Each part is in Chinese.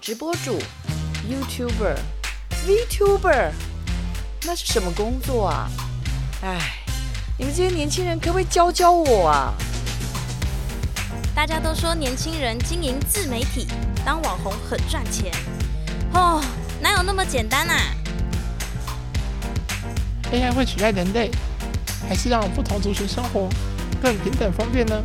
直播主、YouTuber、VTuber， 那是什么工作啊？哎，你们这些年轻人可不可以教教我啊？ 大家都说年轻人经营自媒体、当网红很赚钱，哦，哪有那么简单啊 ？AI 会取代人类，还是让不同族群生活更平等方便呢？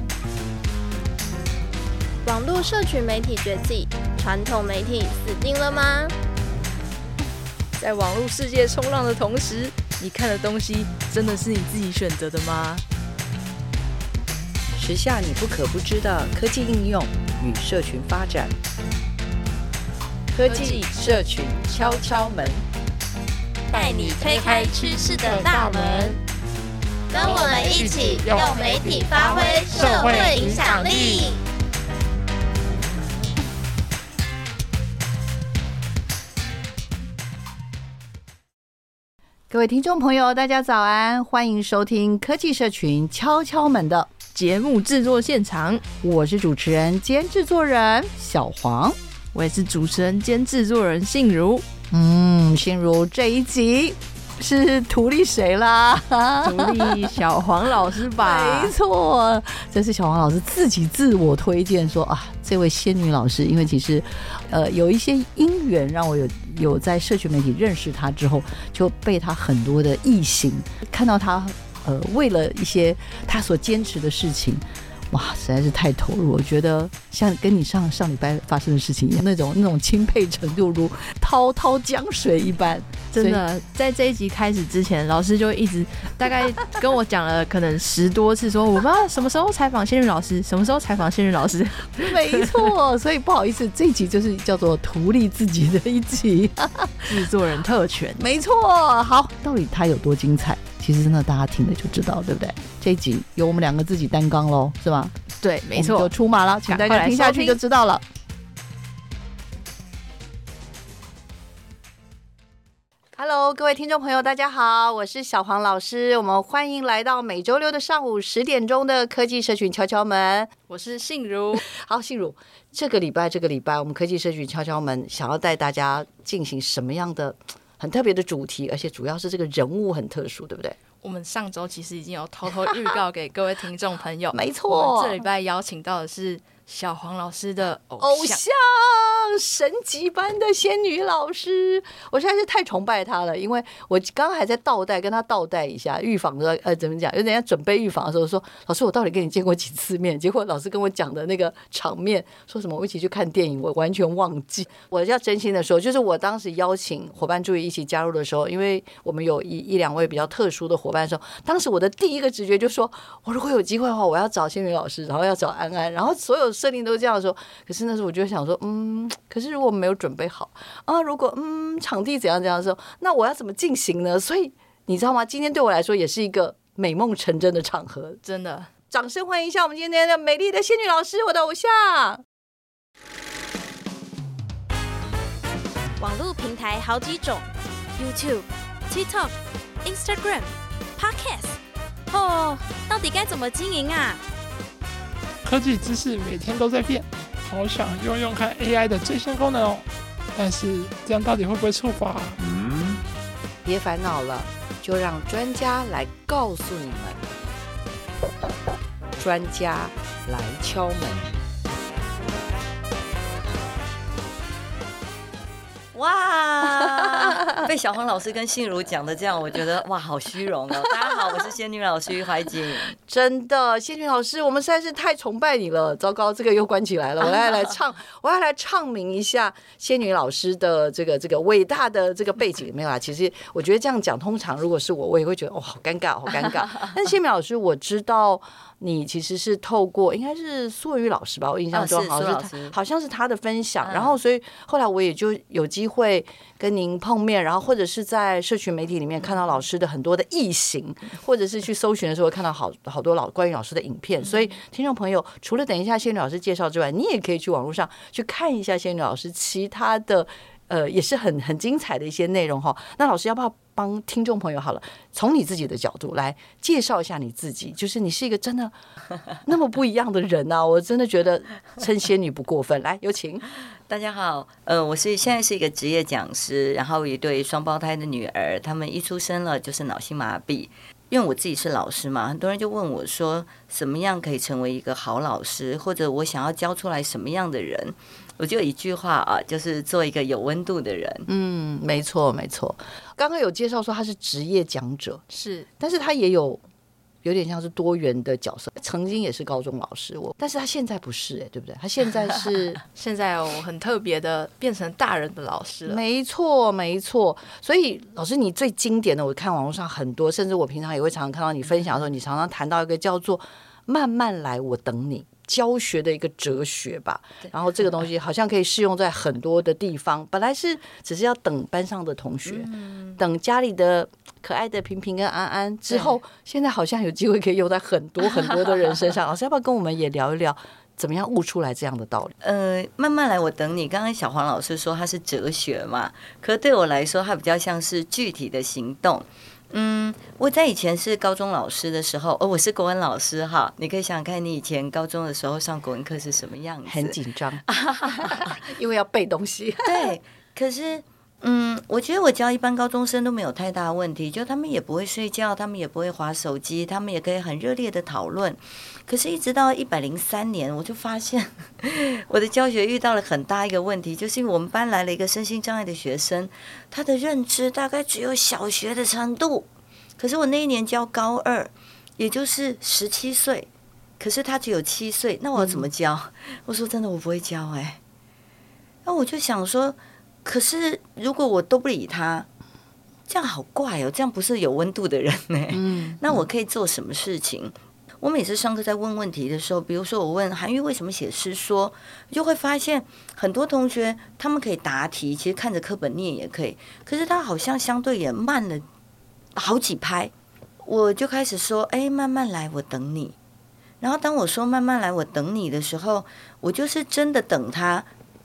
网络社群媒体崛起，传统媒体死定了吗？ 在网络世界冲浪的同时，你看的东西真的是你自己选择的吗？ 时下你不可不知的科技应用与社群发展，科技社群敲敲门， 带你推开趋势的大门， 跟我们一起用媒体发挥社会影响力。 各位听众朋友，大家早安，欢迎收听科技社群敲敲门的节目制作现场， 我是主持人兼制作人小黄， 我也是主持人兼制作人信如。 信如这一集是图利谁啦？ 图利小黄老师吧？ 没错，这是小黄老师自己自我推荐说啊，这位仙女老师，因为其实有一些因缘让我有在社群媒体认识他之后，就被他很多的异行看到他为了一些他所坚持的事情。哇，实在是太投入，我觉得像跟你上礼拜发生的事情一样，那种钦佩程度如滔滔江水一般。 真的，在这一集开始之前，老师就一直大概跟我讲了可能10多次，说我们要什么时候采访仙女老师，什么时候采访仙女老师。 没错，所以不好意思，这一集就是叫做图利自己的一集， 制作人特权。 没错，好，到底它有多精彩？其实真的大家听了就知道，对不对？这一集由我们两个自己担纲咯，是吧？ 对，没错， 我们就出马了，请大家听下去就知道了。Hello， 各位听众朋友，大家好，我是小黄老师，我们欢迎来到每周六的上午10点钟的科技社群敲敲门。 我是信如。 好，信如，这个礼拜我们科技社群敲敲门想要带大家进行什么样的很特别的主题，而且主要是这个人物很特殊，对不对？ 我们上周其实已经有偷偷预告给各位听众朋友。 没错， 我们这礼拜邀请到的是小黄老师的偶像，神级般的仙女老师，我实在是太崇拜她了。因为我刚刚还在跟她倒带一下预防的，怎么讲？有点准备预防的时候说，老师，我到底跟你见过几次面？结果老师跟我讲的那个场面，说什么我一起去看电影，我完全忘记。我要真心的说，就是我当时邀请伙伴注意一起加入的时候，因为我们有一两位比较特殊的伙伴的时候，当时我的第一个直觉就说，我如果有机会的话，我要找仙女老师，然后要找安安，然后所有设定都是这样的时候。可是那时候我就想说，可是如果没有准备好啊，如果场地怎样的时候，那我要怎么进行呢？所以你知道吗？今天对我来说也是一个美梦成真的场合， 真的。 掌声欢迎一下我们今天的美丽的仙女老师，我的偶像。 网络平台好几种 ，YouTube、TikTok、Instagram、Podcast， 到底该怎么经营啊？ 科技知识每天都在变，好想用看 AI 的最新功能哦。但是这样到底会不会触法？ 别烦恼了，就让专家来告诉你们。专家来敲门。 哇！被小黄老师跟信如讲的这样，我觉得哇，好虚荣哦。大家好，我是仙女老师怀瑾。 真的，仙女老师，我们实在是太崇拜你了。糟糕，这个又关起来了。我要来唱名一下仙女老师的这个伟大的这个背景。没有啦，其实我觉得这样讲，通常如果是我也会觉得好尴尬，好尴尬。但是仙女老师，我知道你其实是透过应该是苏文玉老师吧，我印象中好像是他的分享，然后所以后来我也就有机会跟您碰面，然后或者是在社群媒体里面看到老师的很多的异行，或者是去搜寻的时候看到好多关于老师的影片，所以听众朋友除了等一下仙女老师介绍之外，你也可以去网络上去看一下仙女老师其他的也是很精彩的一些内容哈。那老师要不要帮听众朋友好了，从你自己的角度来介绍一下你自己，就是你是一个真的那么不一样的人啊！我真的觉得称仙女不过分。来，有请。 大家好，我现在是一个职业讲师，然后有一对双胞胎的女儿，他们一出生了就是脑性麻痹。因为我自己是老师嘛，很多人就问我说，什么样可以成为一个好老师，或者我想要教出来什么样的人？我就有一句话啊，就是做一个有温度的人。 没错没错。刚刚有介绍说他是职业讲者， 是， 但是他也有点像是多元的角色，曾经也是高中老师，但是他现在不是对不对？他现在是现在我很特别的变成大人的老师了。 没错没错。所以老师，你最经典的，我看网络上很多，甚至我平常也会常常看到你分享的时候，你常常谈到一个叫做慢慢来我等你教学的一个哲学吧，然后这个东西好像可以适用在很多的地方。本来是只是要等班上的同学，等家里的可爱的平平跟安安，之后现在好像有机会可以用在很多很多的人身上。老师要不要跟我们也聊一聊，怎么样悟出来这样的道理？ 慢慢来我等你。刚刚小黄老师说它是哲学嘛，可是对我来说它比较像是具体的行动。我在以前是高中老师的时候，我是国文老师哈，你可以想想看，你以前高中的时候上国文课是什么样子？ 很紧张，因为要背东西。 对，可是我觉得我教一般高中生都没有太大的问题，就他们也不会睡觉，他们也不会滑手机，他们也可以很热烈的讨论。可是，一直到103年，我就发现我的教学遇到了很大一个问题，就是因为我们班来了一个身心障碍的学生，他的认知大概只有小学的程度。可是我那一年教高2，也就是17岁，可是他只有7岁，那我要怎么教？我说真的，我不会教那我就想说，可是如果我都不理他，这样好怪这样不是有温度的人那我可以做什么事情？我每次上课在问问题的时候，比如说我问韩愈为什么写诗说，就会发现很多同学他们可以答题，其实看着课本念也可以，可是他好像相对也慢了好几拍。我就开始说，慢慢来，我等你。然后当我说慢慢来，我等你的时候，我就是真的等他。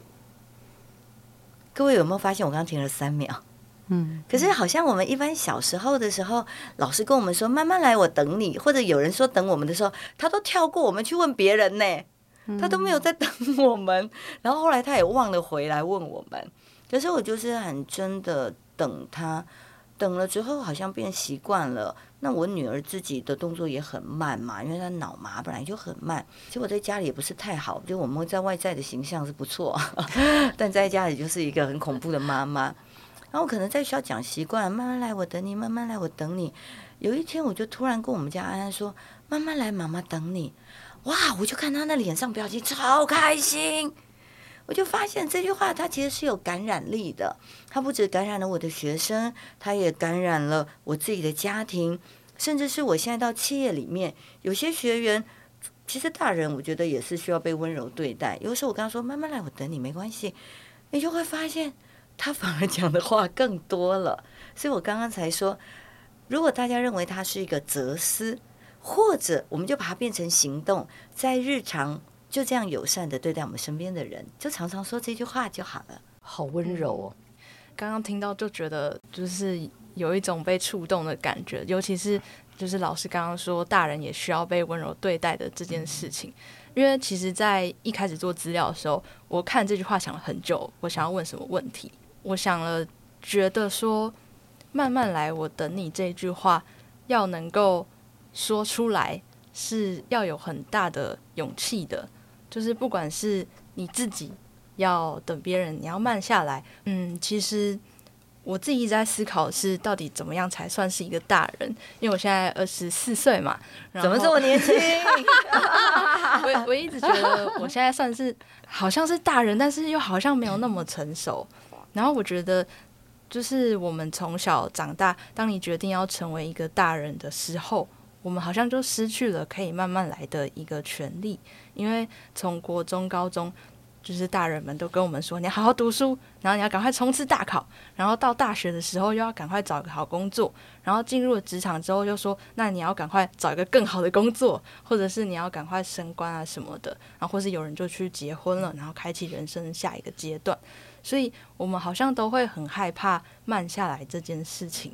各位有没有发现我刚刚停了3秒？可是好像我们一般小时候的时候，老师跟我们说慢慢来我等你，或者有人说等我们的时候，他都跳过我们去问别人他都没有在等我们，然后后来他也忘了回来问我们。可是我就是很真的等他，等了之后好像变习惯了。那我女儿自己的动作也很慢嘛，因为她脑麻本来就很慢。其实我在家里也不是太好，就我们在外在的形象是不错，但在家里就是一个很恐怖的妈妈。然后可能在学校讲习惯，慢慢来我等你，慢慢来我等你。有一天我就突然跟我们家安安说，慢慢来妈妈等你。哇，我就看他那脸上表情超开心，我就发现这句话它其实是有感染力的，它不只感染了我的学生，它也感染了我自己的家庭，甚至是我现在到企业里面，有些学员其实大人我觉得也是需要被温柔对待。有时候我跟他说慢慢来我等你没关系，你就会发现他反而讲的话更多了。所以我刚刚才说，如果大家认为它是一个哲思，或者我们就把它变成行动，在日常就这样友善的对待我们身边的人，就常常说这句话就好了。 好温柔刚刚听到就觉得就是有一种被触动的感觉，尤其是就是老师刚刚说大人也需要被温柔对待的这件事情。因为其实在一开始做资料的时候，我看这句话想了很久，我想要问什么问题。我想了，觉得说慢慢来我等你这句话要能够说出来是要有很大的勇气的，就是不管是你自己要等别人，你要慢下来。其实我自己一直在思考的是到底怎么样才算是一个大人，因为我现在24岁嘛， 怎么这么年轻我一直觉得我现在算是好像是大人，但是又好像没有那么成熟。然后我觉得就是我们从小长大，当你决定要成为一个大人的时候，我们好像就失去了可以慢慢来的一个权利。因为从国中高中就是大人们都跟我们说你要好好读书，然后你要赶快冲刺大考，然后到大学的时候又要赶快找一个好工作，然后进入了职场之后又说那你要赶快找一个更好的工作，或者是你要赶快升官啊什么的，然后或是有人就去结婚了，然后开启人生的下一个阶段。所以我们好像都会很害怕慢下来这件事情。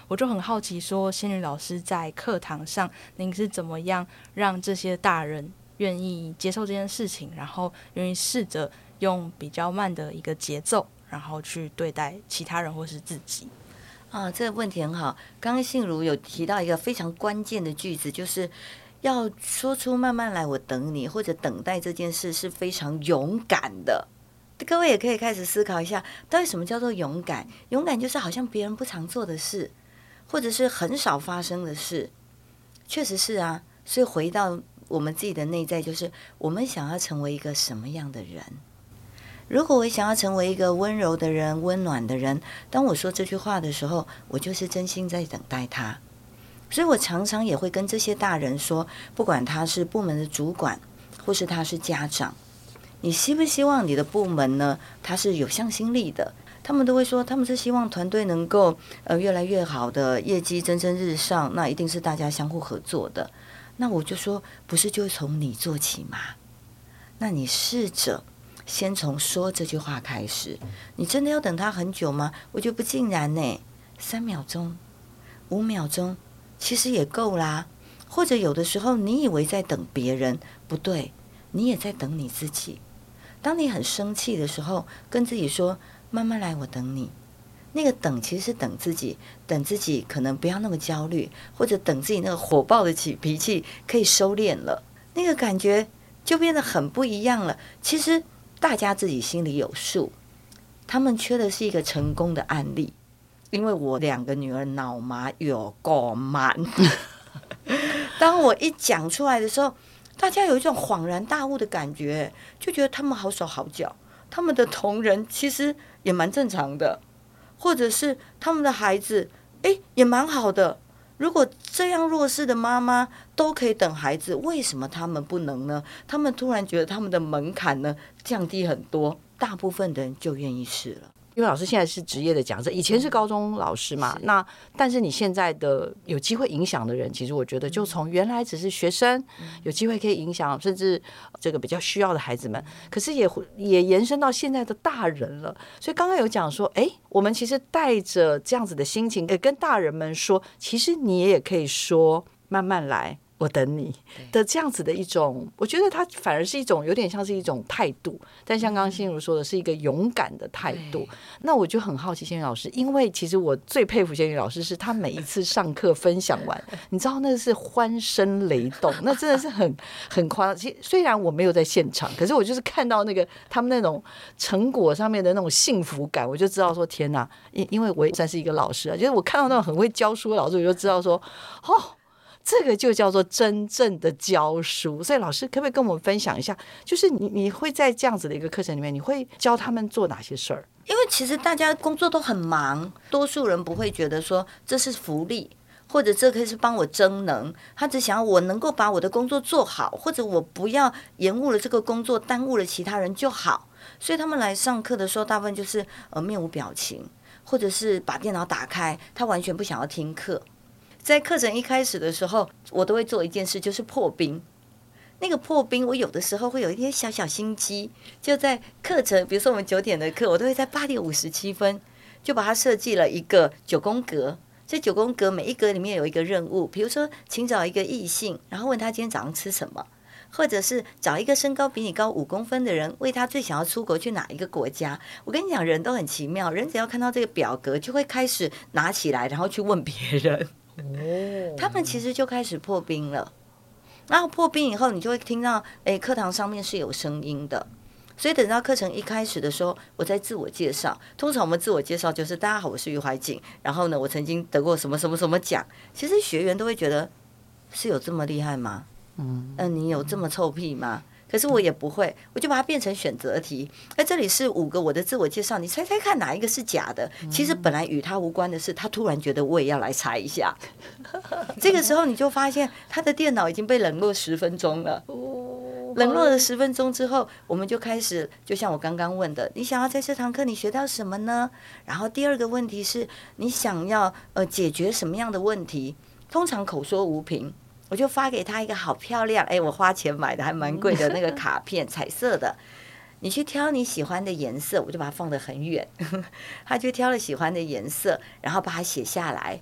我就很好奇说，仙女老师在课堂上，您是怎么样让这些大人愿意接受这件事情，然后愿意试着用比较慢的一个节奏，然后去对待其他人或是自己？ 这个问题很好。刚刚信如有提到一个非常关键的句子，就是要说出慢慢来我等你，或者等待这件事是非常勇敢的。各位也可以开始思考一下，到底什么叫做勇敢？勇敢就是好像别人不常做的事，或者是很少发生的事。确实是啊，所以回到我们自己的内在，就是我们想要成为一个什么样的人。如果我想要成为一个温柔的人、温暖的人，当我说这句话的时候，我就是真心在等待他。所以我常常也会跟这些大人说，不管他是部门的主管，或是他是家长，你希不希望你的部门呢，他是有向心力的？他们都会说，他们是希望团队能够越来越好的，业绩蒸蒸日上，那一定是大家相互合作的。那我就说，不是就从你做起吗？那你试着先从说这句话开始。你真的要等他很久吗？我觉得不尽然呢，3秒钟、5秒钟其实也够啦。或者有的时候你以为在等别人，不对，你也在等你自己。当你很生气的时候，跟自己说慢慢来，我等你。那个等其实是等自己，等自己可能不要那么焦虑，或者等自己那个火爆的脾气可以收敛了，那个感觉就变得很不一样了。其实大家自己心里有数，他们缺的是一个成功的案例。因为我2个女儿脑麻有够慢当我一讲出来的时候，大家有一种恍然大悟的感觉，就觉得他们好手好脚，他们的同仁其实也蛮正常的，或者是他们的孩子也蛮好的。如果这样弱势的妈妈都可以等孩子，为什么他们不能呢？他们突然觉得他们的门槛呢降低很多，大部分的人就愿意试了。 因为老师现在是职业的讲者，以前是高中老师嘛，那但是你现在的有机会影响的人，其实我觉得就从原来只是学生，有机会可以影响甚至这个比较需要的孩子们，可是也延伸到现在的大人了。所以刚刚有讲说，我们其实带着这样子的心情，跟大人们说，其实你也可以说慢慢来，我等你的这样子的一种，我觉得它反而是一种有点像是一种态度，但像刚刚心如说的是一个勇敢的态度。那我就很好奇仙女老师，因为其实我最佩服仙女老师是她每一次上课分享完你知道那是欢声雷动，那真的是很夸张。其实虽然我没有在现场，可是我就是看到那个他们那种成果上面的那种幸福感，我就知道说天哪，因为我也算是一个老师啊，就是我看到那种很会教书的老师，我就知道说这个就叫做真正的教书。所以老师可不可以跟我们分享一下，就是你会在这样子的一个课程里面，你会教他们做哪些事儿？ 因为其实大家工作都很忙，多数人不会觉得说这是福利，或者这可以是帮我增能，他只想要我能够把我的工作做好，或者我不要延误了这个工作，耽误了其他人就好。所以他们来上课的时候，大部分就是面无表情，或者是把电脑打开，他完全不想要听课。在课程一开始的时候，我都会做一件事，就是破冰。那个破冰，我有的时候会有一点小小心机，就在课程，比如说我们9点的课，我都会在8点57分就把它设计了一个9宫格。这9宫格每一格里面有一个任务，比如说请找一个异性，然后问他今天早上吃什么，或者是找一个身高比你高5公分的人，问他最想要出国去哪一个国家。我跟你讲，人都很奇妙，人只要看到这个表格，就会开始拿起来，然后去问别人。他们其实就开始破冰了。然后破冰以后，你就会听到课堂上面是有声音的。所以等到课程一开始的时候，我在自我介绍。通常我们自我介绍就是大家好，我是余怀瑾，然后呢我曾经得过什么什么什么奖。其实学员都会觉得是有这么厉害吗？你有这么臭屁吗？可是我也不会，我就把它变成选择题。这里是5个我的自我介绍，你猜猜看哪一个是假的？其实本来与他无关的事，他突然觉得我也要来猜一下。这个时候你就发现他的电脑已经被冷落10分钟了。冷落了10分钟之后，我们就开始，就像我刚刚问的，你想要在这堂课你学到什么呢？然后第2个问题是你想要解决什么样的问题？通常口说无凭。我就发给他一个好漂亮，我花钱买的还蛮贵的那个卡片，彩色的，你去挑你喜欢的颜色，我就把它放得很远，他就挑了喜欢的颜色，然后把它写下来。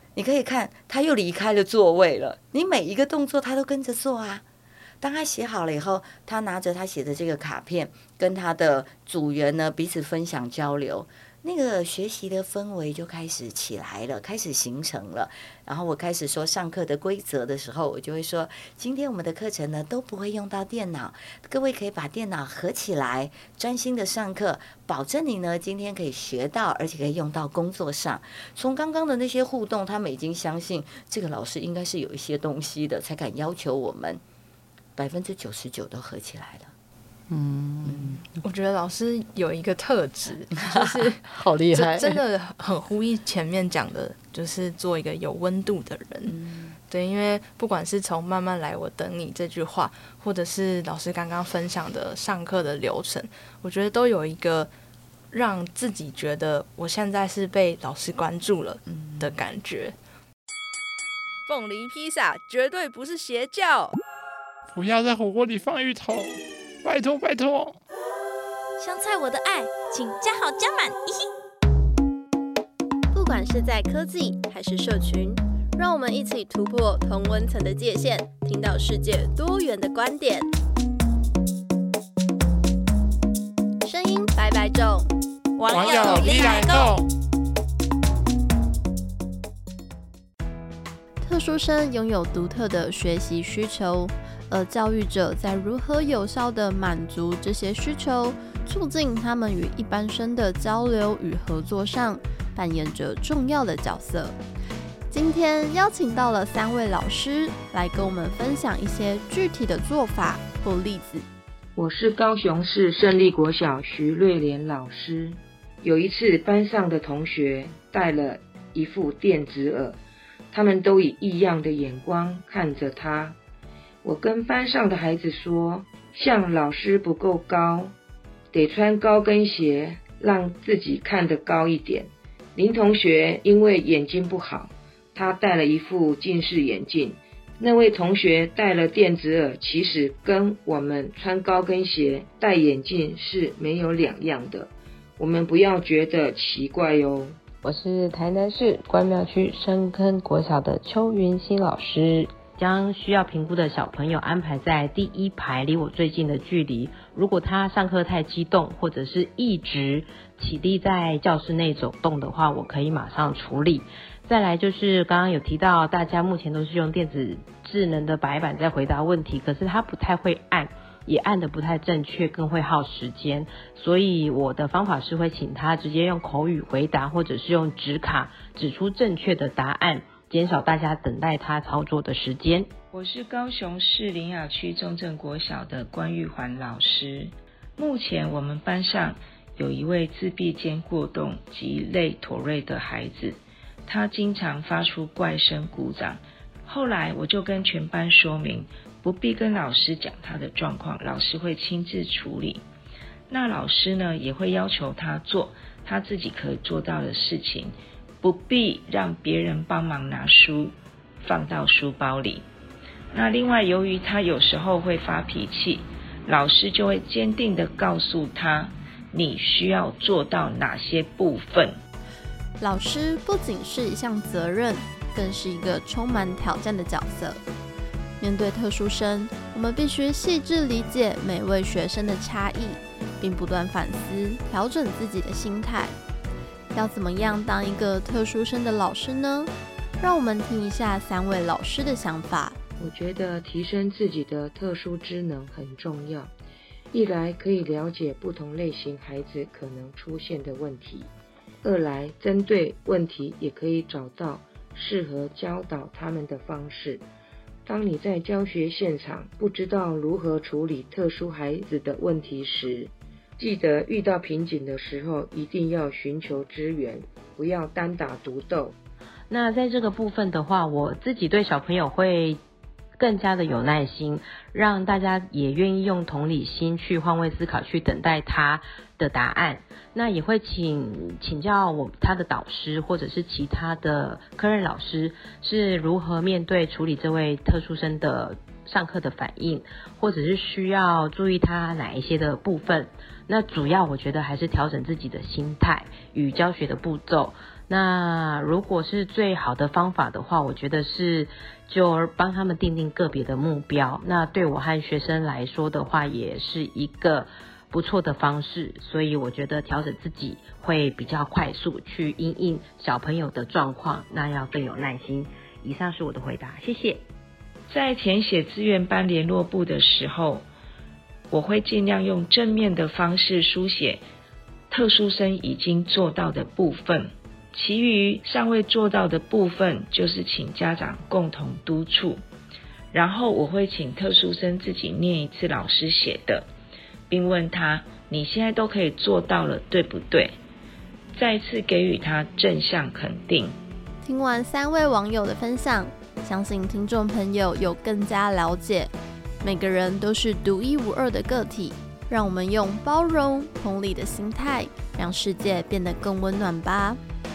你可以看他又离开了座位了，你每一个动作他都跟着做啊。当他写好了以后，他拿着他写的这个卡片跟他的组员呢彼此分享交流，那个学习的氛围就开始起来了，开始形成了。然后我开始说上课的规则的时候，我就会说今天我们的课程呢都不会用到电脑，各位可以把电脑合起来专心的上课，保证你呢今天可以学到，而且可以用到工作上。从刚刚的那些互动，他们已经相信这个老师应该是有一些东西的，才敢要求我们99%都合起来了。 我觉得老师有一个特质，就是好厉害， 真的很呼应前面讲的，就是做一个有温度的人。对，因为不管是从慢慢来我等你这句话，或者是老师刚刚分享的上课的流程，我觉得都有一个让自己觉得我现在是被老师关注了的感觉。 凤梨披萨绝对不是邪教， 不要在火锅里放芋头，拜托拜托。 香菜我的爱，请加好加满，嘿嘿。不管是在科技还是社群，让我们一起突破同温层的界限，听到世界多元的观点。声音百百种， 网友你来共。 特殊生拥有独特的学习需求，而教育者在如何有效地满足这些需求，促进他们与一般生的交流与合作上，扮演着重要的角色。今天邀请到了3位老师来跟我们分享一些具体的做法或例子。 我是高雄市胜利国小徐瑞莲老师。有一次班上的同学带了一副电子耳，他们都以异样的眼光看着他。我跟班上的孩子说，像老师不够高，得穿高跟鞋，让自己看得高一点。林同学因为眼睛不好，他戴了一副近视眼镜。那位同学戴了电子耳，其实跟我们穿高跟鞋、戴眼镜是没有两样的。我们不要觉得奇怪哦。 我是台南市关庙区深坑国小的邱云欣老师，将需要评估的小朋友安排在第1排离我最近的距离。如果他上课太激动，或者是一直起立在教室内走动的话，我可以马上处理。再来就是刚刚有提到，大家目前都是用电子智能的白板在回答问题，可是他不太会按，也按得不太正确，更会耗时间。所以我的方法是会请他直接用口语回答，或者是用纸卡指出正确的答案，减少大家等待他操作的时间。 我是高雄市林雅区中正国小的关玉环老师。目前我们班上有一位自闭兼过动及类妥瑞的孩子，他经常发出怪声鼓掌。后来我就跟全班说明，不必跟老师讲他的状况，老师会亲自处理。那老师呢，也会要求他做他自己可以做到的事情，不必让别人帮忙拿书放到书包里。那另外，由于他有时候会发脾气，老师就会坚定地告诉他，你需要做到哪些部分。 老师不仅是一项责任，更是一个充满挑战的角色。面对特殊生，我们必须细致理解每位学生的差异，并不断反思，调整自己的心态。要怎么样当一个特殊生的老师呢？让我们听一下3位老师的想法。 我觉得提升自己的特殊知能很重要，一来可以了解不同类型孩子可能出现的问题，二来针对问题也可以找到适合教导他们的方式。当你在教学现场不知道如何处理特殊孩子的问题时，记得遇到瓶颈的时候一定要寻求支援，不要单打独斗。 那在这个部分的话，我自己对小朋友会更加的有耐心，让大家也愿意用同理心去换位思考，去等待他的答案。那也会请教他的导师或者是其他的科任老师是如何面对处理这位特殊生的上课的反应，或者是需要注意他哪一些的部分。那主要我觉得还是调整自己的心态与教学的步骤。 那如果是最好的方法的话，我觉得是就帮他们订定个别的目标。那对我和学生来说的话，也是一个不错的方式，所以我觉得调整自己会比较快速去因应小朋友的状况，那要更有耐心。以上是我的回答，谢谢。 在填写志愿班联络簿的时候，我会尽量用正面的方式书写特殊生已经做到的部分，其余尚未做到的部分就是请家长共同督促。然后我会请特殊生自己念一次老师写的，并问他你现在都可以做到了，对不对？再次给予他正向肯定。 听完3位网友的分享，相信听众朋友有更加了解，每个人都是独一无二的个体，让我们用包容、同理的心态，让世界变得更温暖吧。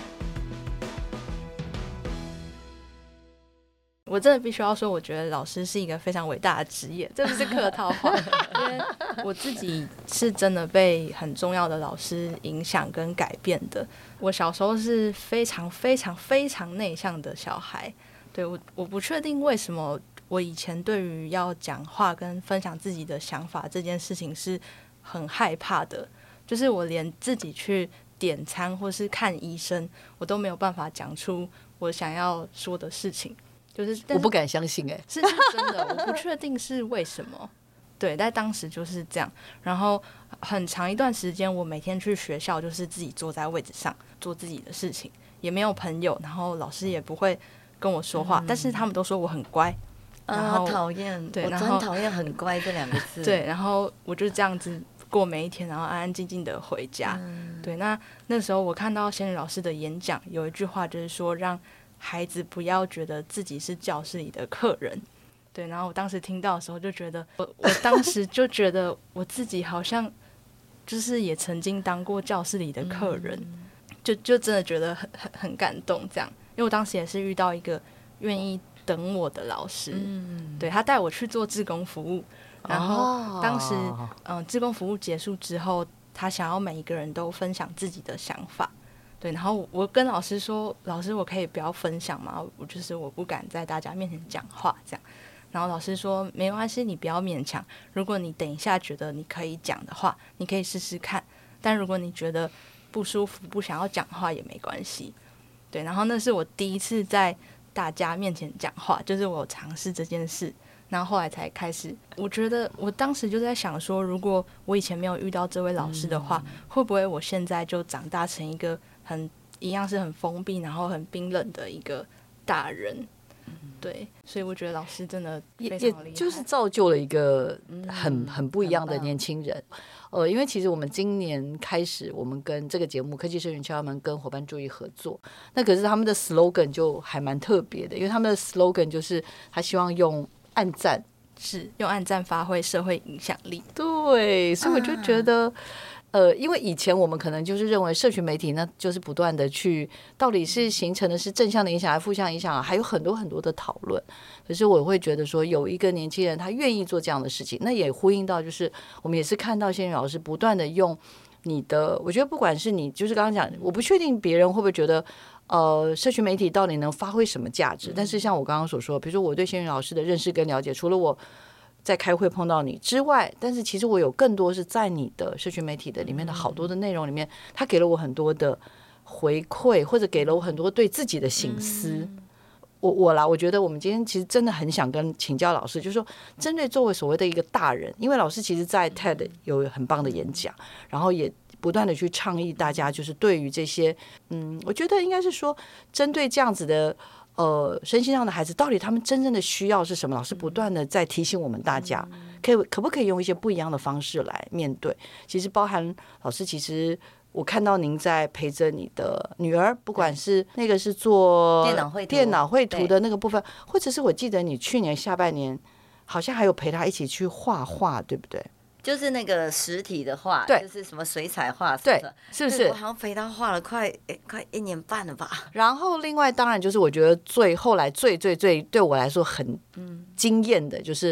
我真的必须要说，我觉得老师是一个非常伟大的职业，这不是客套话。因为我自己是真的被很重要的老师影响跟改变的。我小时候是非常非常非常内向的小孩，对，我不确定为什么我以前对于要讲话跟分享自己的想法这件事情是很害怕的，就是我连自己去点餐或是看医生，我都没有办法讲出我想要说的事情。就是我不敢相信是真的，我不确定是为什么。对，但当时就是这样。然后很长一段时间，我每天去学校就是自己坐在位置上做自己的事情，也没有朋友，然后老师也不会跟我说话，但是他们都说我很乖。然后讨厌， 对， 我真讨厌很乖这2个字。 对，然后我就这样子过每一天，然后安安静静的回家。对，那时候我看到仙女老师的演讲，有一句话就是说，让孩子不要觉得自己是教室里的客人。对，然后我当时听到的时候就觉得，我当时就觉得我自己好像就是也曾经当过教室里的客人，就真的觉得很感动这样。因为我当时也是遇到一个愿意等我的老师，对，他带我去做志工服务，然后当时志工服务结束之后，他想要每一个人都分享自己的想法。对，然后我跟老师说，老师我可以不要分享吗？我不敢在大家面前讲话这样。然后老师说没关系，你不要勉强，如果你等一下觉得你可以讲的话，你可以试试看，但如果你觉得不舒服不想要讲话也没关系。对，然后那是我第一次在大家面前讲话，就是我尝试这件事，然后后来才开始。我觉得我当时就在想说，如果我以前没有遇到这位老师的话，会不会我现在就长大成一个一样是很封闭然后很冰冷的一个大人。对，所以我觉得老师真的非常厉害， 也就是造就了一个很不一样的年轻人。因为其实我们今年开始，我们跟这个节目科技社群敲门跟伙伴注意合作，那可是他们的 slogan 就还蛮特别的，因为他们的 slogan 就是他希望用按赞， 是用按赞发挥社会影响力。 对，所以我就觉得因为以前我们可能就是认为社群媒体呢，就是不断的去到底是形成的是正向的影响还是负向影响，还有很多很多的讨论。可是我会觉得说，有一个年轻人他愿意做这样的事情，那也呼应到就是我们也是看到仙女老师不断的用你的，我觉得不管是你就是刚刚讲，我不确定别人会不会觉得社群媒体到底能发挥什么价值，但是像我刚刚所说，比如说我对仙女老师的认识跟了解，除了我在开会碰到你之外，但是其实我有更多是在你的社群媒体的里面的好多的内容里面，他给了我很多的回馈，或者给了我很多对自己的省思。我觉得我们今天其实真的很想请教老师，就是说针对作为所谓的一个大人，因为老师其实在 TED 有很棒的演讲，然后也不断的去倡议大家，就是对于这些我觉得应该是说针对这样子的身心上的孩子，到底他们真正的需要是什么？老师不断的在提醒我们大家，可不可以用一些不一样的方式来面对？其实包含老师，其实我看到您在陪着你的女儿，不管是那个是做电脑绘图的那个部分，或者是我记得你去年下半年好像还有陪她一起去画画，对不对？ 就是那个实体的画， 对， 就是什么水彩画什么的， 是不是？ 我好像陪他画了快1年半了吧。 然后另外当然就是我觉得后来最对我来说很惊艳的，就是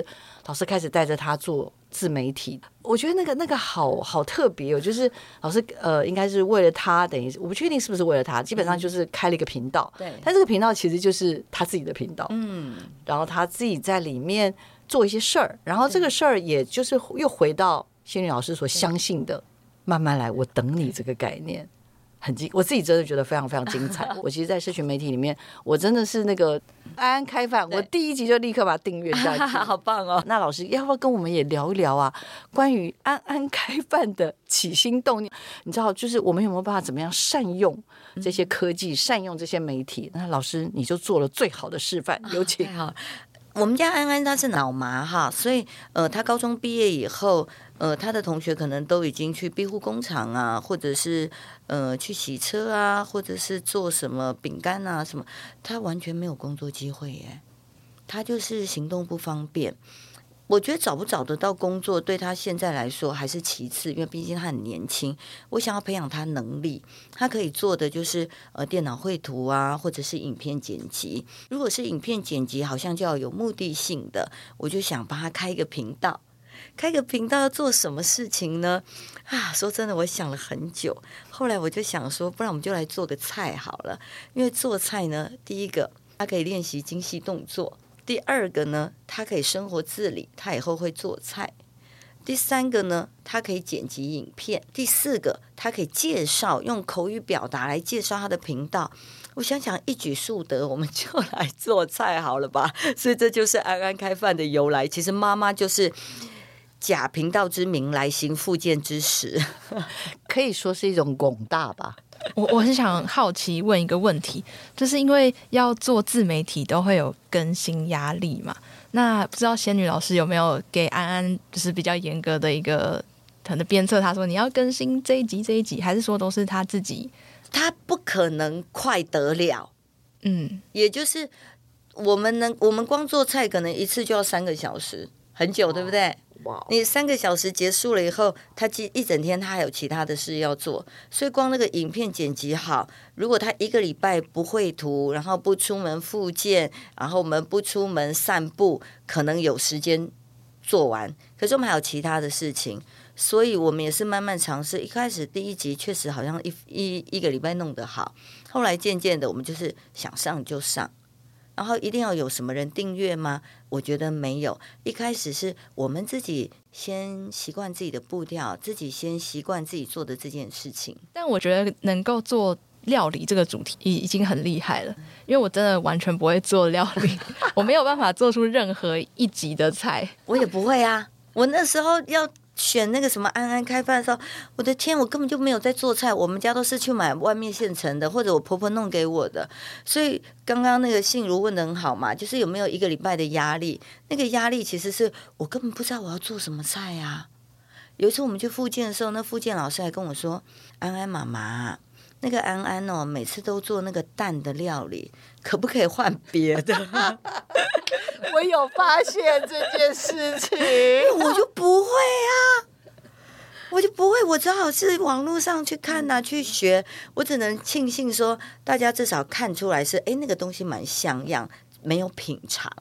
老师开始带着他做自媒体。我觉得那个好特别哦，就是老师应该是为了他，等于我不确定是不是为了他，基本上就是开了一个频道， 对， 但这个频道其实就是他自己的频道，然后他自己在里面做一些事儿，然后这个事儿也就是又回到仙女老师所相信的慢慢来，我等你这个概念。我自己真的觉得非常非常精彩。我其实，在社群媒体里面，我真的是那个安安开饭，我第一集就立刻把它订阅下去， 好棒哦！ 那老师要不要跟我们也聊一聊啊？关于安安开饭的起心动念，你知道，就是我们有没有办法怎么样善用这些科技，善用这些媒体？那老师你就做了最好的示范，有请。 好，我们家安安他是脑麻哈，所以他高中毕业以后，他的同学可能都已经去庇护工厂啊，或者是去洗车啊，或者是做什么饼干啊什么，他完全没有工作机会耶，他就是行动不方便。我觉得找不找得到工作对他现在来说还是其次，因为毕竟他很年轻。我想要培养他能力，他可以做的就是电脑绘图啊，或者是影片剪辑。如果是影片剪辑，好像就要有目的性的，我就想帮他开一个频道。开个频道要做什么事情呢？说真的，我想了很久。后来我就想说，不然我们就来做个菜好了。因为做菜呢，第一个他可以练习精细动作。第二个呢，他可以生活自理，他以后会做菜。第三个呢，他可以剪辑影片。第四个，他可以介绍，用口语表达来介绍他的频道。我想想一举数得，我们就来做菜好了吧。所以这就是安安开饭的由来。其实妈妈就是假频道之名来行复健之实， 可以说是一种广大吧。 我是想好奇问一个问题，就是因为要做自媒体都会有更新压力嘛，那不知道仙女老师有没有给安安就是比较严格的一个可能鞭策他说你要更新这一集，还是说都是他自己？ 他不可能快得了，也就是我们光做菜可能一次就要3个小时，很久，对不对？你3个小时结束了以后，他一整天他还有其他的事要做，所以光那个影片剪辑好，如果他1个礼拜不绘图，然后不出门复健，然后我们不出门散步，可能有时间做完。可是我们还有其他的事情，所以我们也是慢慢尝试。一开始第1集确实好像一个礼拜弄得好，后来渐渐的我们就是想上就上。然后一定要有什么人订阅吗？我觉得没有。一开始是我们自己先习惯自己的步调，自己先习惯自己做的这件事情。 但我觉得能够做料理这个主题已经很厉害了，因为我真的完全不会做料理，我没有办法做出任何一集的菜。 我也不会啊，我那时候要选那个什么安安开饭的时候，我的天，我根本就没有在做菜，我们家都是去买外面现成的，或者我婆婆弄给我的。所以刚刚那个信如问得很好嘛，就是有没有1个礼拜的压力？那个压力其实是我根本不知道我要做什么菜啊。有一次我们去复健的时候，那复健老师还跟我说：“安安妈妈，那个安安哦，每次都做那个蛋的料理，可不可以换别的？” 我有发现这件事情， 我就不会啊，我只好是网络上去看啊，去学。我只能庆幸说，大家至少看出来是那个东西蛮像样，没有品尝。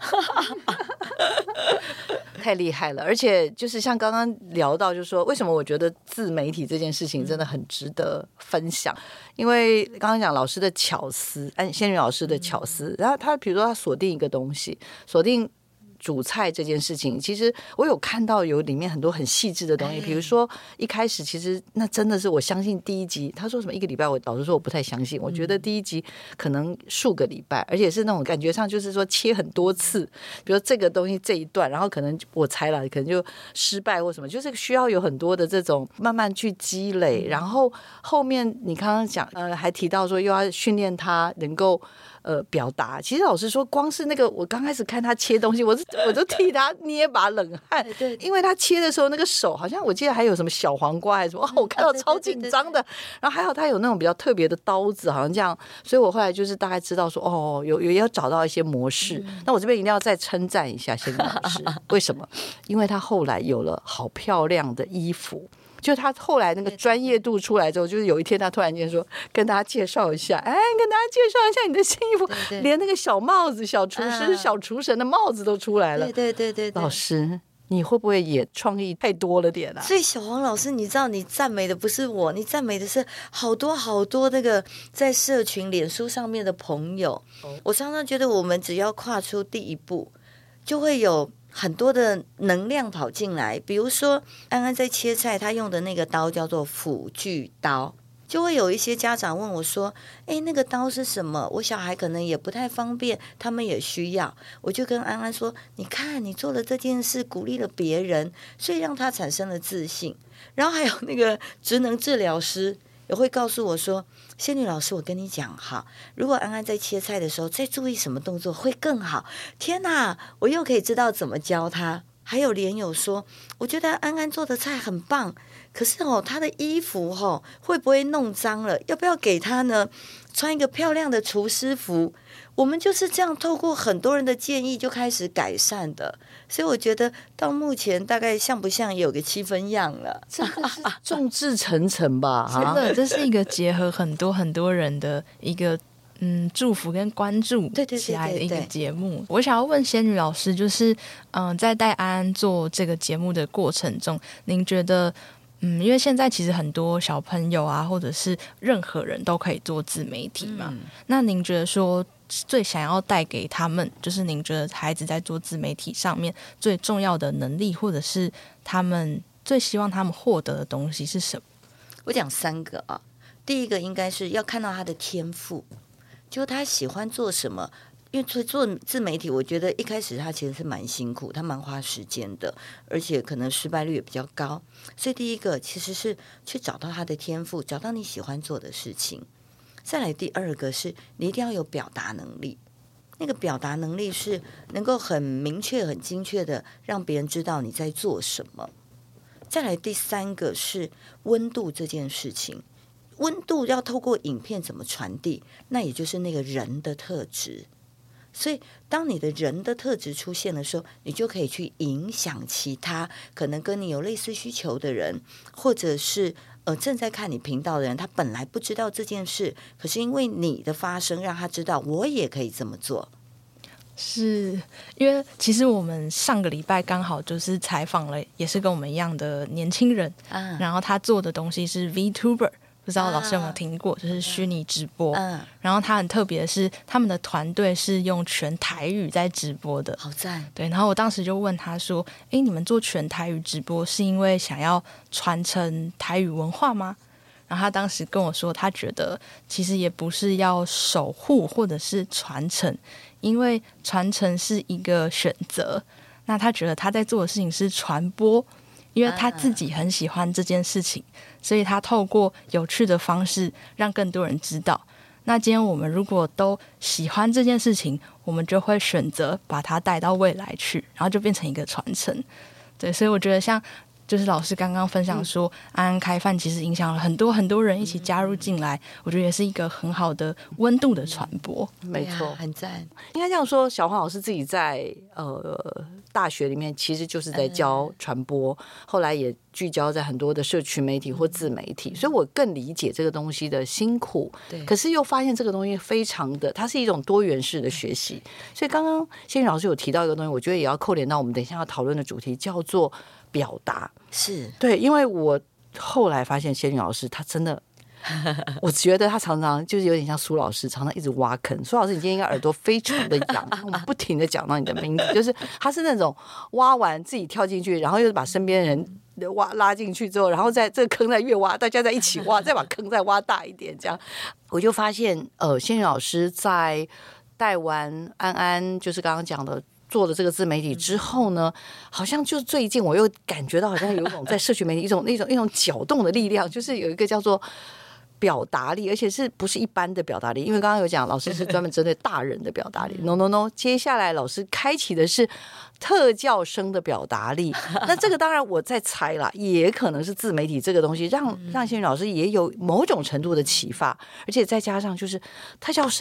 太厉害了，而且就是像刚刚聊到，就是说为什么我觉得自媒体这件事情真的很值得分享，因为刚刚讲老师的巧思，仙女老师的巧思，然后他比如说他锁定一个东西，锁定煮菜这件事情，其实我有看到有里面很多很细致的东西，比如说一开始其实那真的是我相信第1集他说什么1个礼拜，我老实说我不太相信，我觉得第1集可能数个礼拜，而且是那种感觉上就是说切很多次，比如这个东西这一段，然后可能我猜了可能就失败或什么，就是需要有很多的这种慢慢去积累，然后后面你刚刚讲还提到说又要训练他能够表达。其实老实说，光是那个我刚开始看他切东西，我就替他捏把冷汗，对，因为他切的时候那个手好像我记得还有什么小黄瓜还是什么，我看到超紧张的。然后还好他有那种比较特别的刀子，好像这样，所以我后来就是大概知道说有要找到一些模式。那我这边一定要再称赞一下仙女老师，为什么？因为他后来有了好漂亮的衣服。 就他后来那个专业度出来之后，就是有一天他突然间说，跟大家介绍一下，跟大家介绍一下你的新衣服， 对连那个小帽子、小厨师、小厨神的帽子都出来了。 对， 老师，你会不会也创意太多了点啊？ 所以小黄老师，你知道你赞美的不是我，你赞美的是好多好多那个在社群脸书上面的朋友。我常常觉得我们只要跨出第一步，就会有很多的能量跑进来。比如说安安在切菜，他用的那个刀叫做辅具刀，就会有一些家长问我说，那个刀是什么？我小孩可能也不太方便，他们也需要。我就跟安安说，你看你做了这件事，鼓励了别人，所以让他产生了自信。然后还有那个职能治疗师也会告诉我说，仙女老师，我跟你讲哈，如果安安在切菜的时候再注意什么动作会更好。天哪，我又可以知道怎么教他。还有连友说，我觉得安安做的菜很棒，可是他的衣服会不会弄脏了？要不要给他呢穿一个漂亮的厨师服？我们就是这样透过很多人的建议就开始改善的。所以我觉得到目前大概像不像也有个7分样了， 真的是众志成城吧？ 真的，这是一个结合很多人的一个祝福跟关注起来的一个节目。我想要问仙女老师，就是在带安安做这个节目的过程中，您觉得因为现在其实很多小朋友啊，或者是任何人都可以做自媒体嘛，那您觉得说最想要带给他们，就是您觉得孩子在做自媒体上面最重要的能力，或者是他们最希望他们获得的东西是什么？ 我讲3个啊。第一个应该是要看到他的天赋，就他喜欢做什么。因为做自媒体，我觉得一开始他其实是蛮辛苦，他蛮花时间的，而且可能失败率也比较高。所以第一个其实是去找到他的天赋，找到你喜欢做的事情。再来第二个是你一定要有表达能力，那个表达能力是能够很明确很精确的让别人知道你在做什么。再来第3个是温度这件事情，温度要透过影片怎么传递，那也就是那个人的特质。所以当你的人的特质出现的时候，你就可以去影响其他可能跟你有类似需求的人，或者是正在看你频道的人，他本来不知道这件事，可是因为你的发声让他知道我也可以这么做。 是因为其实我们上个礼拜刚好就是采访了也是跟我们一样的年轻人，然后他做的东西是 VTuber，不知道老师有没有听过，就是虚拟直播。然后他很特别的是，他们的团队是用全台语在直播的， 好赞。 对，然后我当时就问他说：“你们做全台语直播是因为想要传承台语文化吗？”然后他当时跟我说，他觉得其实也不是要守护或者是传承，因为传承是一个选择。那他觉得他在做的事情是传播。因为他自己很喜欢这件事情，所以他透过有趣的方式让更多人知道。那今天我们如果都喜欢这件事情，我们就会选择把它带到未来去，然后就变成一个传承。对，所以我觉得像就是老师刚刚分享说，安安开饭其实影响了很多人一起加入进来，我觉得也是一个很好的温度的传播。 没错， 很赞。 应该这样说，小黄老师自己在大学里面其实就是在教传播，后来也聚焦在很多的社群媒体或自媒体，所以我更理解这个东西的辛苦。可是又发现这个东西非常的，它是一种多元式的学习。所以刚刚仙女老师有提到一个东西，我觉得也要扣连到我们等一下要讨论的主题，叫做表达。 是对，因为我后来发现仙女老师她真的我觉得他常常就是有点像苏老师，常常一直挖坑。苏老师，你今天应该耳朵非常的痒，我们不停的讲到你的名字，就是他是那种挖完自己跳进去，然后又把身边人拉进去之后，然后在这个坑再越挖，大家在一起挖，再把坑再挖大一点，这样我就发现仙女老师在带完安安，就是刚刚讲的。做了这个自媒体之后呢，好像就最近我又感觉到好像有一种在社群媒体一种搅动的力量，就是有一个叫做表达力，而且是不是一般的表达力？因为刚刚有讲老师是专门针对大人的表达力，no， 接下来老师开启的是特教生的表达力。那这个当然我在猜啦，也可能是自媒体这个东西让仙女老师也有某种程度的启发，而且再加上就是特教生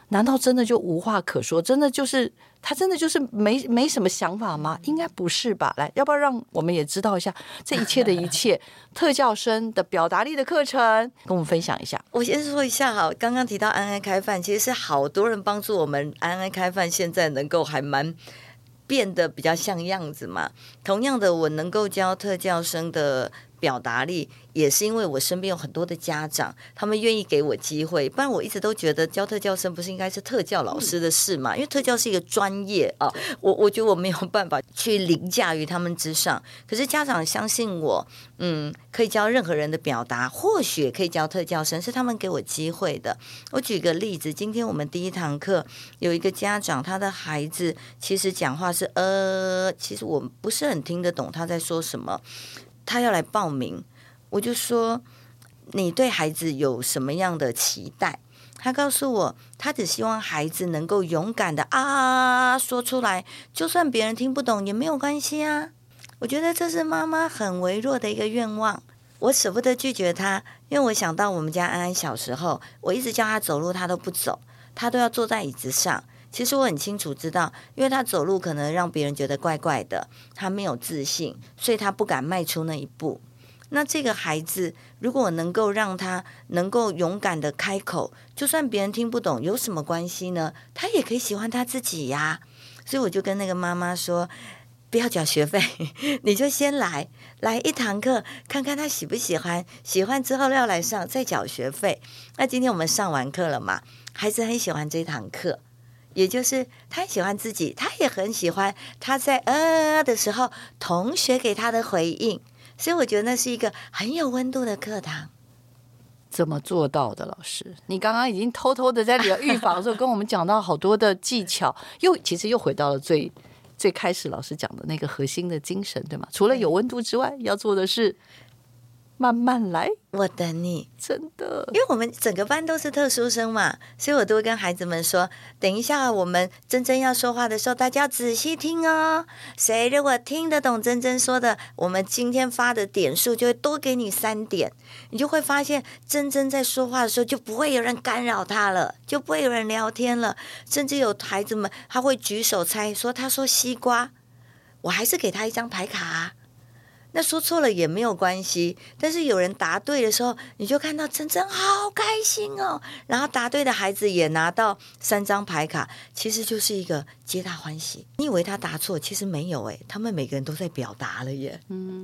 难道真的就无话可说？真的就是他真的就是没什么想法吗？应该不是吧？来，要不要让我们也知道一下这一切的一切？特教生的表达力的课程，跟我们分享一下。 我先说一下哈，刚刚提到安安开饭，其实是好多人帮助我们安安开饭，现在能够还蛮变得比较像样子嘛。同样的，我能够教特教生的表达力，也是因为我身边有很多的家长，他们愿意给我机会。不然我一直都觉得教特教生不是应该是特教老师的事嘛？因为特教是一个专业啊，我觉得我没有办法去凌驾于他们之上。可是家长相信我，可以教任何人的表达，或许也可以教特教生，是他们给我机会的。我举个例子，今天我们第一堂课有一个家长，他的孩子其实讲话是其实我不是很听得懂他在说什么。他要来报名，我就说你对孩子有什么样的期待？他告诉我，他只希望孩子能够勇敢的说出来，就算别人听不懂也没有关系啊。我觉得这是妈妈很微弱的一个愿望，我舍不得拒绝他，因为我想到我们家安安小时候，我一直叫他走路他都不走，他都要坐在椅子上。其实我很清楚知道，因为他走路可能让别人觉得怪怪的，他没有自信，所以他不敢迈出那一步。那这个孩子如果能够让他能够勇敢的开口，就算别人听不懂有什么关系呢？他也可以喜欢他自己呀。所以我就跟那个妈妈说，不要缴学费，你就先来一堂课，看看他喜不喜欢，喜欢之后要来上再缴学费。那今天我们上完课了嘛，孩子很喜欢这堂课，也就是他很喜欢自己，他也很喜欢他在的时候同学给他的回应，所以我觉得那是一个很有温度的课堂。 怎么做到的？老师，你刚刚已经偷偷的在预防的时候跟我们讲到好多的技巧，其实又回到了最开始老师讲的那个核心的精神，对吗？除了有温度之外，要做的是慢慢来， 我等你。 真的， 因为我们整个班都是特殊生嘛，所以我都会跟孩子们说，等一下我们珍珍要说话的时候，大家要仔细听哦。谁如果听得懂珍珍说的，我们今天发的点数就会多给你3点，你就会发现珍珍在说话的时候就不会有人干扰他了，就不会有人聊天了，甚至有孩子们他会举手猜，说他说西瓜，我还是给他一张牌卡啊。那说错了也没有关系，但是有人答对的时候，你就看到珍珍好开心哦。然后答对的孩子也拿到3张牌卡，其实就是一个皆大欢喜。你以为他答错，其实没有诶，他们每个人都在表达了耶。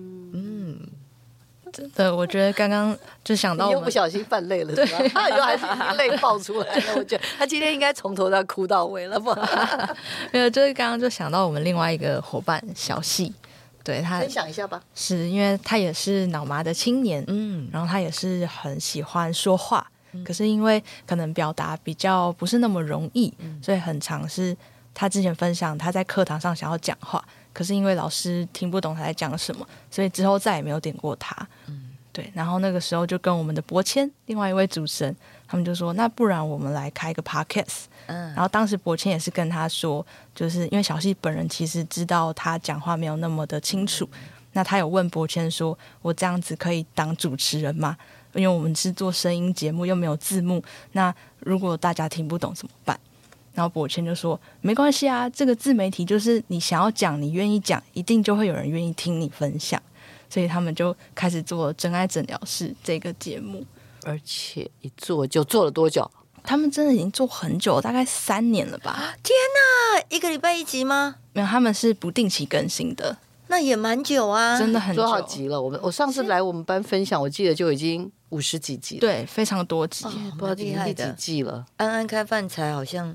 真的，我觉得刚刚就想到你又不小心犯泪了，对吧？他又还是泪爆出来了。我觉得他今天应该从头到哭到尾了吧？ 没有，就是刚刚就想到我们另外一个伙伴小细。对他分享一下吧， 是因为他也是脑麻的青年，然后他也是很喜欢说话，可是因为可能表达比较不是那么容易，所以很常是他之前分享他在课堂上想要讲话，可是因为老师听不懂他在讲什么，所以之后再也没有点过他。对，然后那个时候就跟我们的博谦另外一位主持人，他们就说那不然我们来开个 podcast。然后当时博谦也是跟他说，就是因为小细本人其实知道他讲话没有那么的清楚，那他有问博谦说，我这样子可以当主持人吗？因为我们是做声音节目又没有字幕，那如果大家听不懂怎么办？然后博谦就说没关系啊，这个自媒体就是你想要讲你愿意讲，一定就会有人愿意听你分享，所以他们就开始做真爱诊疗室这个节目。 而且一做就做了多久？ 他们真的已经做很久，大概3年了吧。 天哪，1个礼拜1集吗？ 没有，他们是不定期更新的。 那也蛮久啊， 真的很久， 多少集了？我上次来我们班分享，我记得就已经50几集了， 对，非常多集， 不知道第几季了。 安安开饭才好像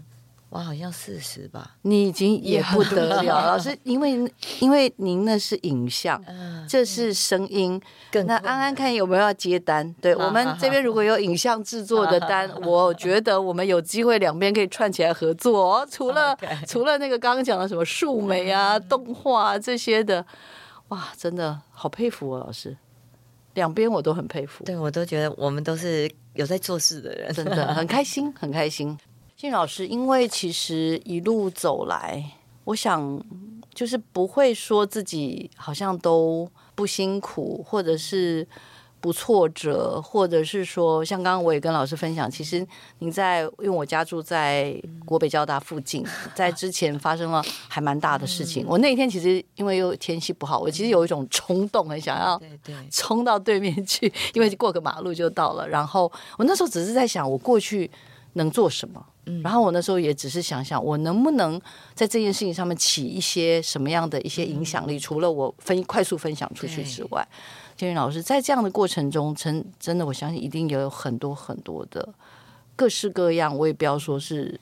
40吧， 你已经也不得了。老师，因为您那是影像，这是声音。那安安看有没有要接单？对，我们这边如果有影像制作的单，我觉得我们有机会两边可以串起来合作哦。除了那个刚刚讲的什么数媒啊、动画这些的，哇，真的好佩服哦，老师。两边我都很佩服， 对，我都觉得我们都是有在做事的人， 真的很开心，很开心。信老师，因为其实一路走来，我想就是不会说自己好像都不辛苦，或者是不挫折，或者是说像刚刚我也跟老师分享，其实您因为我家住在国北交大附近，在之前发生了还蛮大的事情。我那一天其实因为又天气不好，我其实有一种冲动，很想要冲到对面去，因为过个马路就到了。然后我那时候只是在想，我过去能做什么。然后我那时候也只是想想，我能不能在这件事情上面起一些什么样的一些影响力，除了我快速分享出去之外。建云老师在这样的过程中，真的我相信一定也有很多很多的各式各样，我也不要说是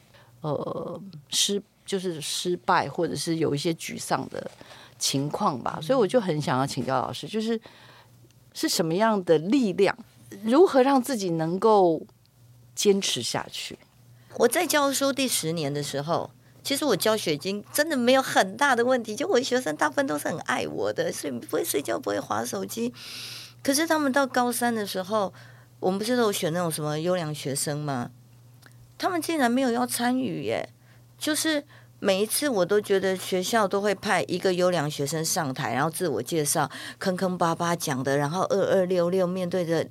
就是失败，或者是有一些沮丧的情况吧。所以我就很想要请教老师，就是什么样的力量，如何让自己能够坚持下去？ 我在教书第10年的时候，其实我教学已经真的没有很大的问题，就我的学生大部分都是很爱我的，所以不会睡觉，不会滑手机。可是他们到高3的时候，我们不是都有选那种什么优良学生吗？他们竟然没有要参与耶！就是每一次我都觉得学校都会派一个优良学生上台，然后自我介绍，坑坑巴巴讲的，然后2266面对着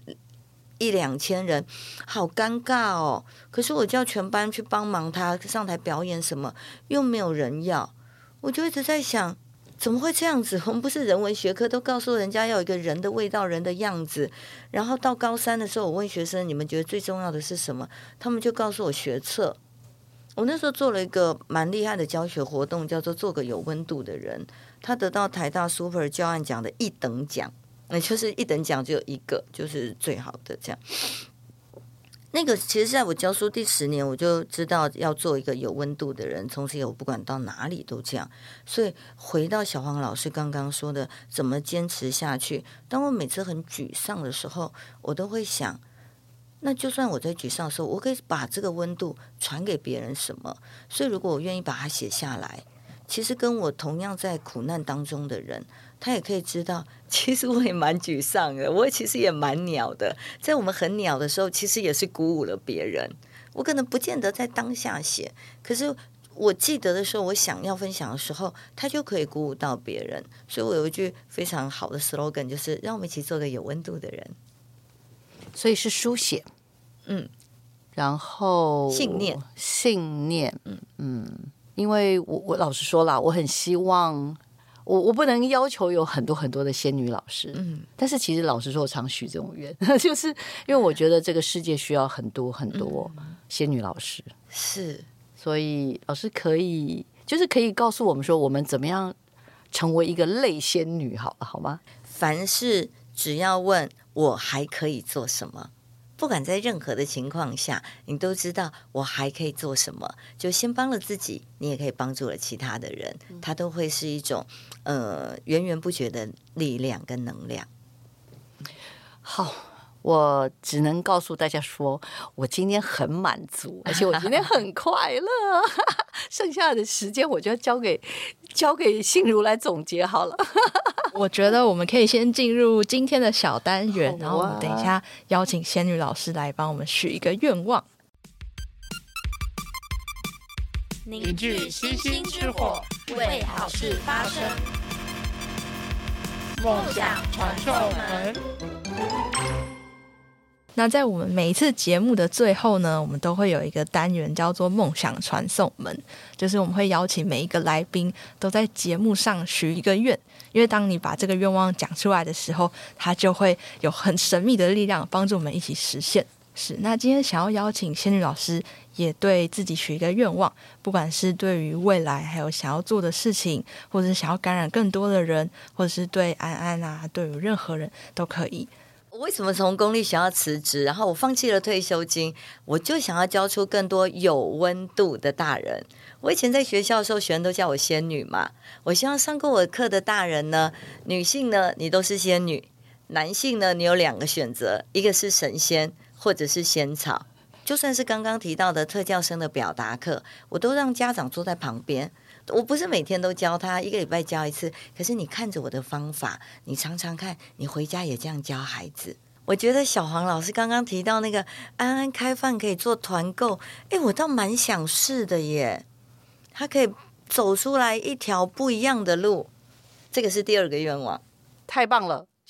1-2千人，好尴尬哦。可是我叫全班去帮忙他上台表演什么，又没有人要。我就一直在想，怎么会这样子？我们不是人文学科都告诉人家要有一个人的味道，人的样子。然后到高3的时候，我问学生，你们觉得最重要的是什么？他们就告诉我学测。我那时候做了一个蛮厉害的教学活动，叫做做个有温度的人。他得到台大 Super 教案奖的1等奖，那就是1等奖只有1个，就是最好的这样。那个其实在我教书第10年，我就知道要做一个有温度的人，从此以后不管到哪里都这样。所以回到小黄老师刚刚说的，怎么坚持下去？当我每次很沮丧的时候，我都会想，那就算我在沮丧的时候，我可以把这个温度传给别人什么？所以如果我愿意把它写下来，其实跟我同样在苦难当中的人，他也可以知道，其实我也蛮沮丧的，我其实也蛮鸟的。在我们很鸟的时候，其实也是鼓舞了别人。我可能不见得在当下写，可是我记得的时候，我想要分享的时候，他就可以鼓舞到别人。所以我有一句非常好的 slogan， 就是让我们一起做个有温度的人。 所以是书写，然后信念，因为我老实说啦，我很希望。我不能要求有很多很多的仙女老师，但是其实老实说，我常许这种愿，就是因为我觉得这个世界需要很多很多仙女老师， 是， 所以老师可以告诉我们说，我们怎么样成为一个类仙女，好吗？ 凡事只要问我还可以做什么。不管在任何的情况下，你都知道我还可以做什么，就先帮了自己，你也可以帮助了其他的人，它都会是一种源源不绝的力量跟能量。 好，我只能告诉大家说，我今天很满足，而且我今天很快乐。剩下的时间我就要交给信如来总结好了。 我觉得我们可以先进入今天的小单元，然后我们等一下邀请仙女老师来帮我们许一个愿望。 凝聚星星之火，为好事发声， 梦想传送门。 那在我们每一次节目的最后呢，我们都会有一个单元叫做梦想传送门，就是我们会邀请每一个来宾都在节目上许一个愿，因为当你把这个愿望讲出来的时候，它就会有很神秘的力量帮助我们一起实现。是，那今天想要邀请仙女老师也对自己许一个愿望，不管是对于未来还有想要做的事情，或者是想要感染更多的人，或者是对安安啊，对于任何人都可以。 我为什么从公立学校辞职，然后我放弃了退休金，我就想要教出更多有温度的大人。我以前在学校的时候，学生都叫我仙女嘛。我希望上过我课的大人呢，女性呢，你都是仙女；男性呢，你有2个选择，一个是神仙，或者是仙草。就算是刚刚提到的特教生的表达课，我都让家长坐在旁边。我不是每天都教他，1个礼拜教1次，可是你看着我的方法，你常常看，你回家也这样教孩子。我觉得小黄老师刚刚提到那个安安开饭可以做团购，我倒蛮想试的耶。他可以走出来一条不一样的路，这个是第2个愿望。 太棒了，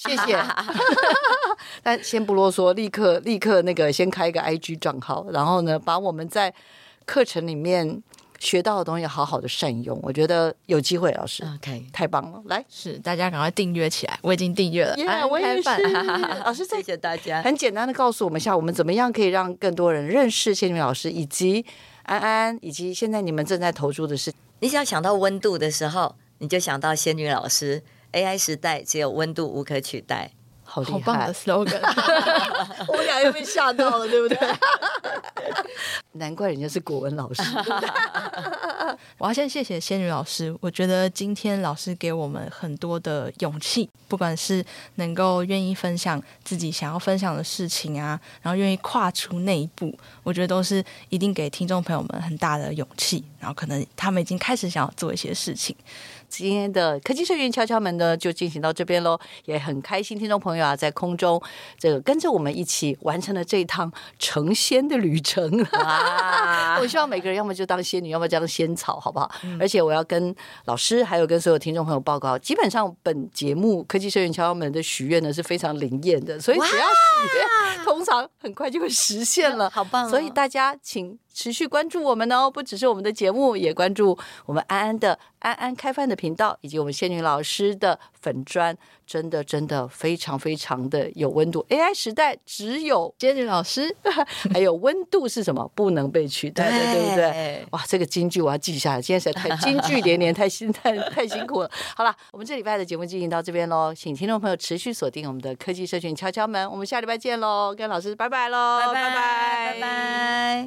谢谢。但先不啰嗦，立刻那个先开一个 IG 账号，然后呢，把我们在课程里面学到的东西好好的善用。我觉得有机会，老师 OK， 太棒了，来， 是大家赶快订阅起来，我已经订阅了。 我也是。老师， 谢谢大家。 很简单的告诉我们一下，我们怎么样可以让更多人认识仙女老师，以及安安，以及现在你们正在投注的是， 你只要想到温度的时候，你就想到仙女老师。AI 时代只有温度无可取代， 好厉害， 好棒的 slogan。 我们俩又被吓到了，对不对？难怪人家是国文老师。 我要先谢谢仙女老师，我觉得今天老师给我们很多的勇气，不管是能够愿意分享自己想要分享的事情啊，然后愿意跨出那一步，我觉得都是一定给听众朋友们很大的勇气，然后可能他们已经开始想要做一些事情。 今天的科技社群敲敲门呢，就进行到这边咯，也很开心听众朋友啊，在空中这个跟着我们一起完成了这一趟成仙的旅程。我希望每个人要么就当仙女，要么就当仙草，好不好？而且我要跟老师还有跟所有听众朋友报告，基本上本节目科技社群敲敲门的许愿呢是非常灵验的，所以只要许愿通常很快就会实现了。 好棒哦！ 所以大家请持续关注我们哦，不只是我们的节目，也关注我们安安的安安开饭的频道，以及我们仙女老师的粉专，真的非常非常的有温度。AI 时代只有仙女老师， 还有温度是什么？不能被取代的，对不对？哇，这个金句我要记下来，今天实在太金句连连，太辛苦了。好了，我们这礼拜的节目进行到这边喽，请听众朋友持续锁定我们的科技社群敲敲门，我们下礼拜见喽，跟老师拜拜喽， 拜拜。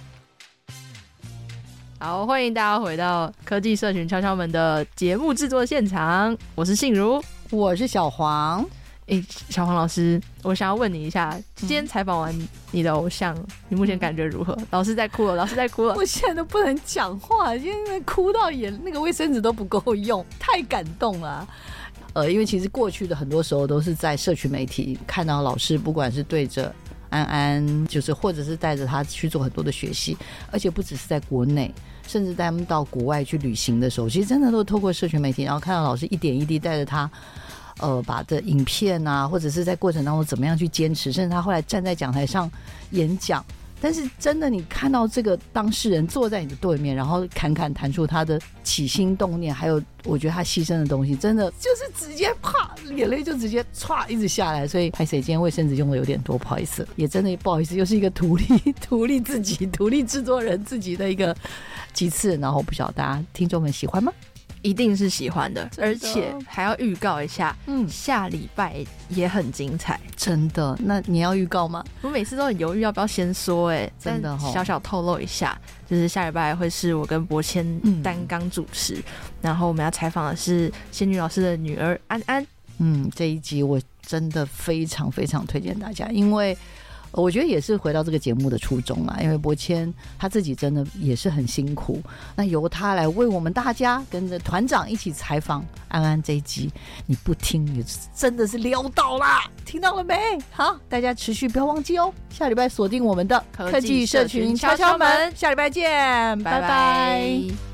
好，欢迎大家回到科技社群敲敲门的节目制作现场，我是信如， 我是小黄。 小黄老师，我想要问你一下，今天采访完你的偶像，你目前感觉如何？老师在哭了， 我现在都不能讲话，因为哭到眼那个卫生纸都不够用，太感动了。因为其实过去的很多时候都是在社群媒体看到老师，不管是对着安安，就是或者是带着他去做很多的学习，而且不只是在国内，甚至带他们到国外去旅行的时候，其实真的都透过社群媒体，然后看到老师一点一滴带着他把的影片啊，或者是在过程当中怎么样去坚持，甚至他后来站在讲台上演讲。但是真的，你看到这个当事人坐在你的对面，然后侃谈出他的起心动念，还有我觉得他牺牲的东西，真的就是直接啪，眼泪就直接唰一直下来。所以拍谁今天卫生纸用的有点多，不好意思，也真的不好意思，又是一个图利自己、图利制作人自己的一个几次。然后不晓得大家听众们喜欢吗？ 一定是喜欢的，而且还要预告一下，下礼拜也很精彩， 真的。那你要预告吗？ 我每次都很犹豫要不要先说， 真的小小透露一下，就是下礼拜会是我跟博谦担纲主持，然后我们要采访的是仙女老师的女儿安安。 这一集我真的非常非常推荐大家，因为我觉得也是回到这个节目的初衷啦，因为博谦他自己真的也是很辛苦，那由他来为我们大家跟着团长一起采访安安这一集，你不听你真的是撩到啦，听到了没？好，大家持续不要忘记哦，下礼拜锁定我们的科技社群敲敲门，下礼拜见，拜拜。